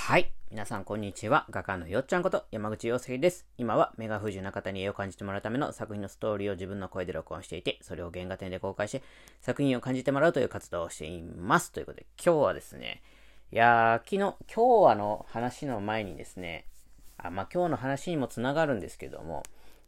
はい。皆さん、こんにちは。画家のよっちゃんこと山口洋介です。今は目が不自由な方に絵を感じてもらうための作品のストーリーを自分の声で録音していて、それを原画展で公開して作品を感じてもらうという活動をしています。ということで、今日はですね、今日の話の前にですね、今日の話にもつながるんですけども、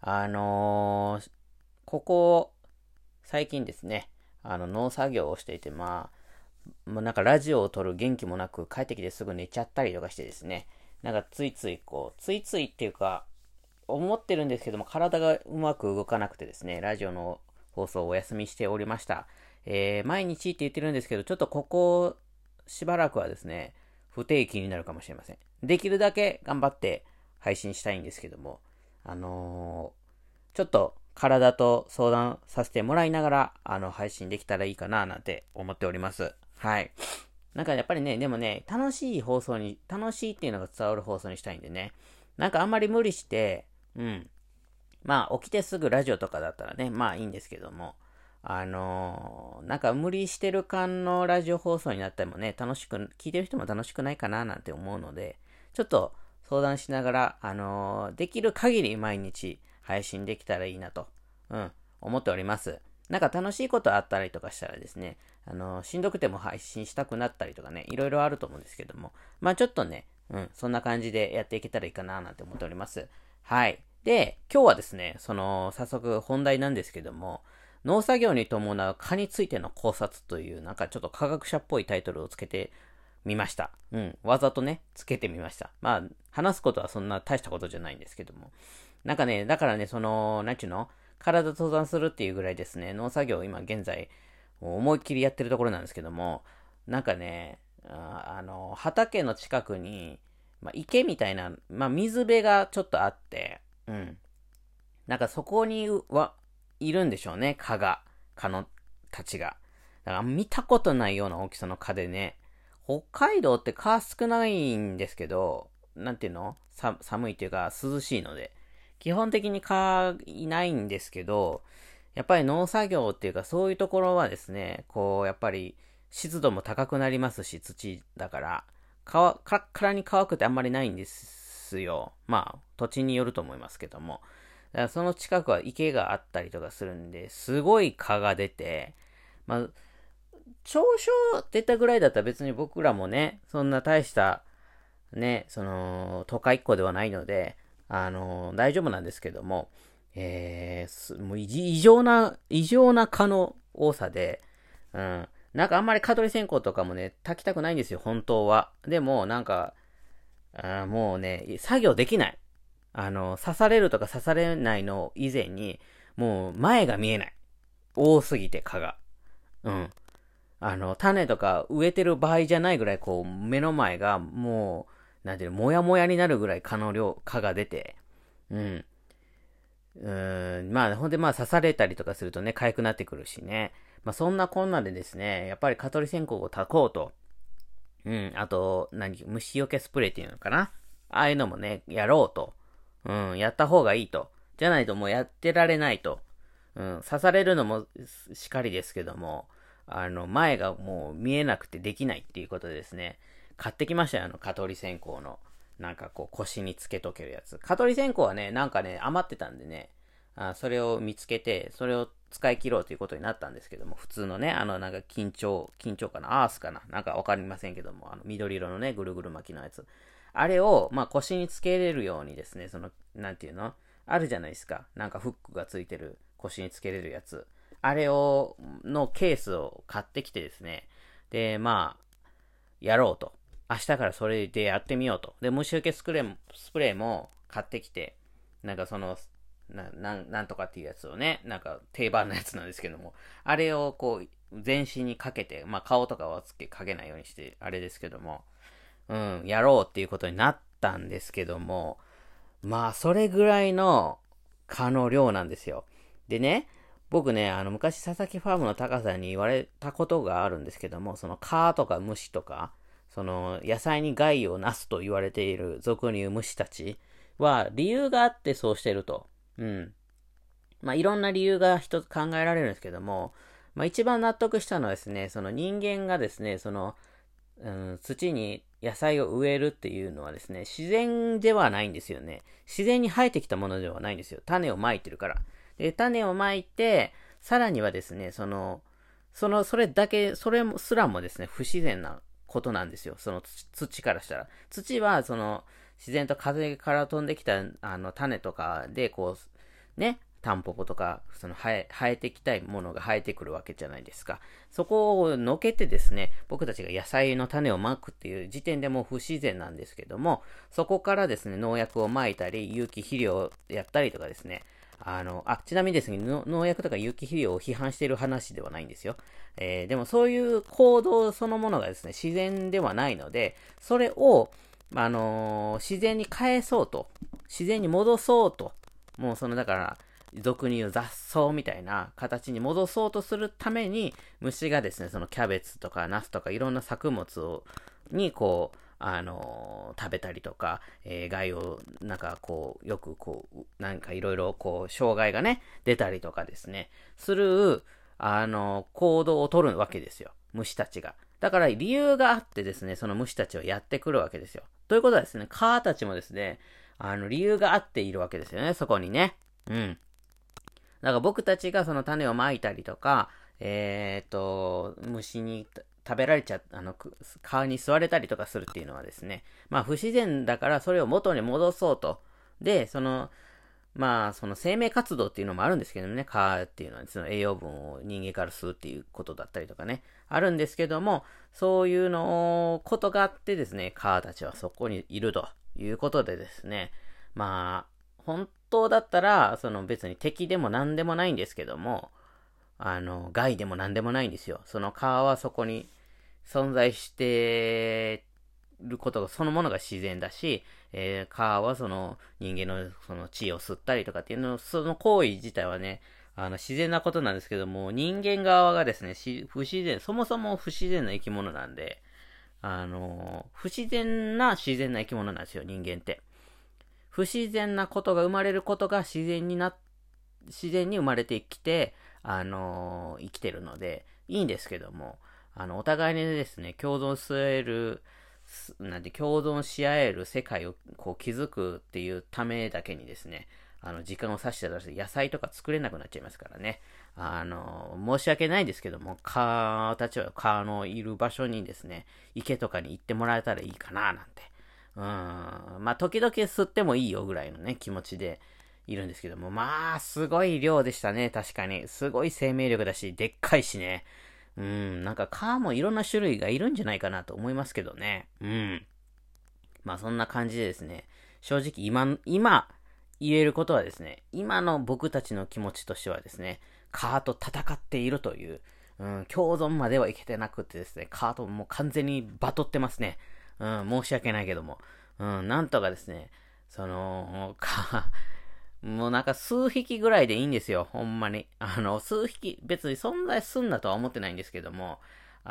ここ、最近ですね、農作業をしていて、もうなんかラジオを撮る元気もなく帰ってきてすぐ寝ちゃったりとかしてですね、なんかついついっていうか、思ってるんですけども、体がうまく動かなくてですね、ラジオの放送をお休みしておりました。毎日って言ってるんですけど、ちょっとここしばらくはですね、不定期になるかもしれません。できるだけ頑張って配信したいんですけども、ちょっと体と相談させてもらいながら、配信できたらいいかななんて思っております。はい。なんかやっぱりね、でもね、楽しいっていうのが伝わる放送にしたいんでね。なんかあんまり無理して、起きてすぐラジオとかだったらね、いいんですけども、なんか無理してる感のラジオ放送になってもね、聞いてる人も楽しくないかななんて思うので、ちょっと相談しながら、できる限り毎日配信できたらいいなと、思っております。なんか楽しいことあったりとかしたらですね、しんどくても配信したくなったりとかね、いろいろあると思うんですけども、ちょっとね、そんな感じでやっていけたらいいかななんて思っております。はい。で、今日はですね、早速本題なんですけども、農作業に伴う蚊についての考察という、なんかちょっと科学者っぽいタイトルをつけてみました。わざとね、つけてみました。話すことはそんな大したことじゃないんですけども。なんかね、だからね、なんちゅうの体登山するっていうぐらいですね、農作業を今現在、思いっきりやってるところなんですけども、なんかね、畑の近くに、池みたいな、水辺がちょっとあって、なんかそこにいるんでしょうね、蚊のたちが。だから見たことないような大きさの蚊でね、北海道って蚊少ないんですけど、なんていうの寒いっていうか涼しいので、基本的に蚊いないんですけど、やっぱり農作業っていうかそういうところはですね、やっぱり湿度も高くなりますし、土だから、カラッカラに乾くってあんまりないんですよ。土地によると思いますけども。だからその近くは池があったりとかするんで、すごい蚊が出て、長所出たぐらいだったら別に僕らもね、そんな大した、ね、都会っ子ではないので、大丈夫なんですけども、もう異常な蚊の多さで、なんかあんまり蚊取り線香とかもね、炊きたくないんですよ、本当は。でも、なんか、もうね、作業できない。刺されるとか刺されないの以前に、もう前が見えない。多すぎて蚊が。うん。種とか植えてる場合じゃないぐらい、目の前がもう、なんていうの、もやもやになるぐらい蚊が出て、うん。ほんで刺されたりとかするとね、痒くなってくるしね。そんなこんなでですね、やっぱり蚊取り線香を炊こうと。あと、虫除けスプレーっていうのかな、ああいうのもね、やろうと。やった方がいいと。じゃないともうやってられないと。刺されるのもしかりですけども、前がもう見えなくてできないっていうことでですね、買ってきましたよ、蚊取り線香の。なんか腰につけとけるやつ。蚊取り線香はね、なんかね、余ってたんでね、それを見つけて、それを使い切ろうということになったんですけども、普通のね、なんか緊張かな、アースかな、なんかわかりませんけども、緑色のね、ぐるぐる巻きのやつ。あれを、腰につけれるようにですね、なんていうのあるじゃないですか。なんかフックがついてる腰につけれるやつ。あれのケースを買ってきてですね。で、やろうと。明日からそれでやってみようと。で、虫除けスプレーも買ってきて、なんかなんとかっていうやつをね、なんか定番のやつなんですけども、あれを全身にかけて、顔とかはかけないようにして、あれですけども、やろうっていうことになったんですけども、それぐらいの蚊の量なんですよ。でね、僕ね、昔佐々木ファームの高さんに言われたことがあるんですけども、その蚊とか虫とか、野菜に害をなすと言われている俗に言う虫たちは理由があってそうしてると。いろんな理由が一つ考えられるんですけども、一番納得したのはですね、その人間がですね、 土に野菜を植えるっていうのはですね、自然ではないんですよね。自然に生えてきたものではないんですよ。種をまいてるから。で、種をまいて、さらにはですね、それだけ、それすらもですね、不自然なことなんですよ。その土からしたら。土は、自然と風から飛んできた、種とかで、ね、タンポポとか、生えてきたいものが生えてくるわけじゃないですか。そこをのけてですね、僕たちが野菜の種をまくっていう時点でもう不自然なんですけども、そこからですね、農薬をまいたり、有機肥料をやったりとかですね、ちなみにですね、農薬とか有機肥料を批判している話ではないんですよ。でもそういう行動そのものがですね、自然ではないので、それを、自然に返そうと、自然に戻そうと、もうだから、俗に言う雑草みたいな形に戻そうとするために、虫がですね、そのキャベツとかナスとかいろんな作物に食べたりとか、害を、よくいろいろ障害がね、出たりとかですね、する、行動を取るわけですよ。虫たちが。だから理由があってですね、その虫たちをやってくるわけですよ。ということはですね、蚊たちもですね、理由があっているわけですよね、そこにね。うん。だから僕たちがその種をまいたりとか、虫に食べられちゃ、川に吸われたりとかするっていうのはですね、まあ不自然だからそれを元に戻そうと。で、その生命活動っていうのもあるんですけどね、蚊っていうのは、その栄養分を人間から吸うっていうことだったりとかね、あるんですけども、そういうことがあってですね、蚊たちはそこにいるということでですね、本当だったら、別に敵でも何でもないんですけども、害でも何でもないんですよ。その蚊はそこに存在してることがそのものが自然だし、蚊はその人間のその血を吸ったりとかっていうの、その行為自体はね、自然なことなんですけども、人間側がですね、不自然、そもそも不自然な生き物なんで、不自然な自然な生き物なんですよ、人間って。不自然なことが生まれることが自然に生まれてきて、生きてるので、いいんですけども、お互いにですね、共存し合える世界を築くっていうためだけにですね、時間を差し出して野菜とか作れなくなっちゃいますからね。申し訳ないですけども、蚊たちは蚊のいる場所にですね、池とかに行ってもらえたらいいかな、なんて。時々吸ってもいいよぐらいのね、気持ちでいるんですけども、すごい量でしたね、確かに。すごい生命力だし、でっかいしね。蚊もいろんな種類がいるんじゃないかなと思いますけどね。そんな感じでですね、正直今言えることはですね、今の僕たちの気持ちとしてはですね、蚊と戦っているという、共存まではいけてなくてですね、蚊ともう完全にバトってますね。申し訳ないけども。なんとかですね、もう数匹ぐらいでいいんですよ、ほんまに。数匹、別に存在すんなとは思ってないんですけども、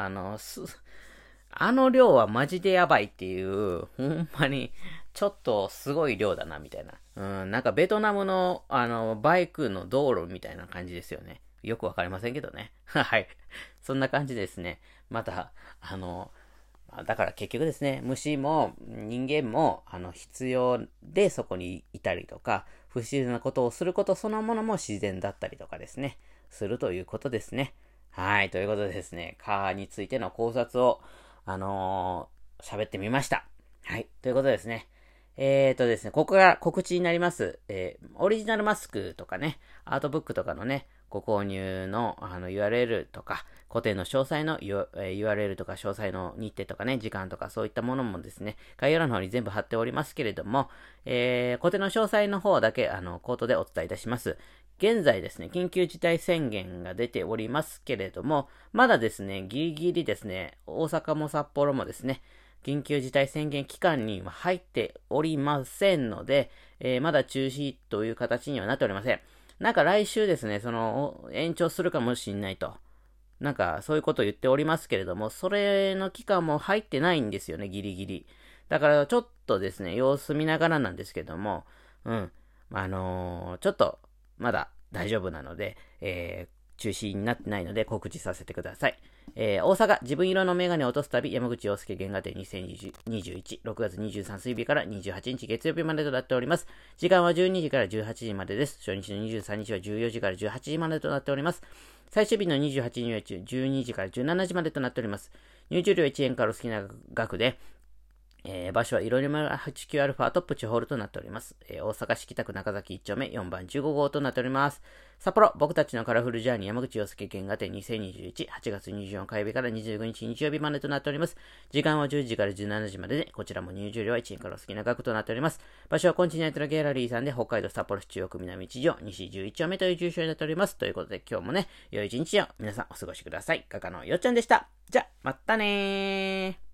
量はマジでやばいっていう、ほんまに、ちょっとすごい量だな、みたいな。ベトナムの、バイクの道路みたいな感じですよね。よくわかりませんけどね。はい。そんな感じですね。また、だから結局ですね、虫も人間も必要でそこにいたりとか、不自然なことをすることそのものも自然だったりとかですね、するということですね。はい、ということでですね、蚊についての考察を、喋ってみました。はい、ということですね。ですね、ここが告知になります。オリジナルマスクとかね、アートブックとかのね、ご購入のURL とか、固定の詳細の URL とか詳細の日程とかね、時間とかそういったものもですね、概要欄の方に全部貼っておりますけれども、固定の詳細の方だけ、口頭でお伝えいたします。現在ですね、緊急事態宣言が出ておりますけれども、まだですね、ギリギリですね、大阪も札幌もですね、緊急事態宣言期間に入っておりませんので、まだ中止という形にはなっておりません。なんか来週ですね、延長するかもしんないと。なんかそういうことを言っておりますけれども、それの期間も入ってないんですよね、ギリギリ。だからちょっとですね、様子見ながらなんですけども、ちょっとまだ大丈夫なので、中止になってないので告知させてください。 大阪、自分色のメガネを落とす旅、山口洋介原画展2021、6月23水曜日から28日月曜日までとなっております。時間は12時から18時までです。初日の23日は14時から18時までとなっております。最終日の28日は12時から17時までとなっております。入場料1円からお好きな額で、場所はいろいろな 89α とプチホールとなっております。大阪市北区中崎1丁目4番15号となっております。札幌、僕たちのカラフルジャーニー山口洋介原画展2021、8月24火曜日から25日日曜日までとなっております。時間は10時から17時までで、こちらも入場料は1円からお好きな額となっております。場所はコンチネンタルギャラリーさんで、北海道札幌市中央区南1条西11丁目という住所になっております。ということで今日もね、良い一日を皆さんお過ごしください。画家のよっちゃんでした。じゃ、またねー。